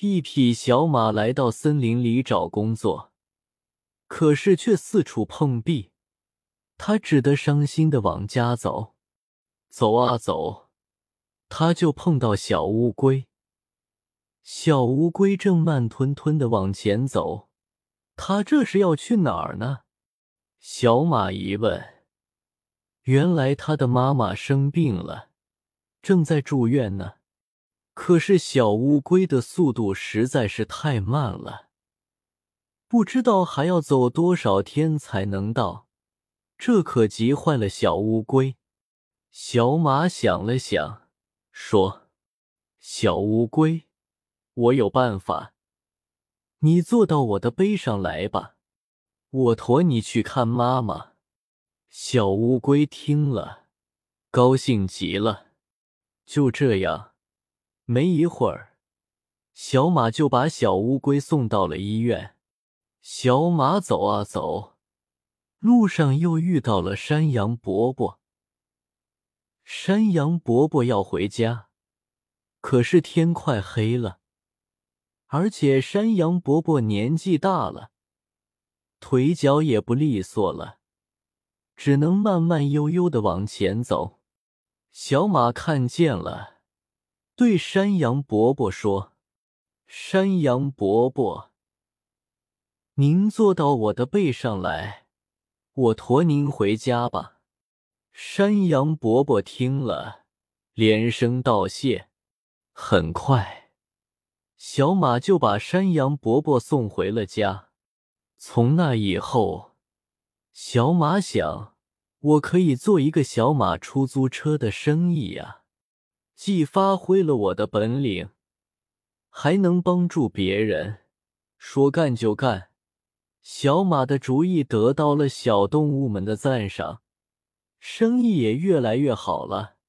一匹小马来到森林里找工作，可是却四处碰壁，他只得伤心地往家走。走啊走，他就碰到小乌龟。小乌龟正慢吞吞地往前走，他这是要去哪儿呢？小马一问，原来他的妈妈生病了，正在住院呢。可是小乌龟的速度实在是太慢了，不知道还要走多少天才能到，这可急坏了小乌龟。小马想了想，说：小乌龟，我有办法，你坐到我的背上来吧，我驮你去看妈妈。小乌龟听了，高兴极了。就这样，没一会儿，小马就把小乌龟送到了医院。小马走啊走，路上又遇到了山羊伯伯。山羊伯伯要回家，可是天快黑了，而且山羊伯伯年纪大了，腿脚也不利索了，只能慢慢悠悠地往前走。小马看见了，对山羊伯伯说：山羊伯伯，您坐到我的背上来，我驮您回家吧。山羊伯伯听了，连声道谢。很快，小马就把山羊伯伯送回了家。从那以后，小马想，我可以做一个小马出租车的生意呀，既发挥了我的本领，还能帮助别人，说干就干。小马的主意得到了小动物们的赞赏，生意也越来越好了。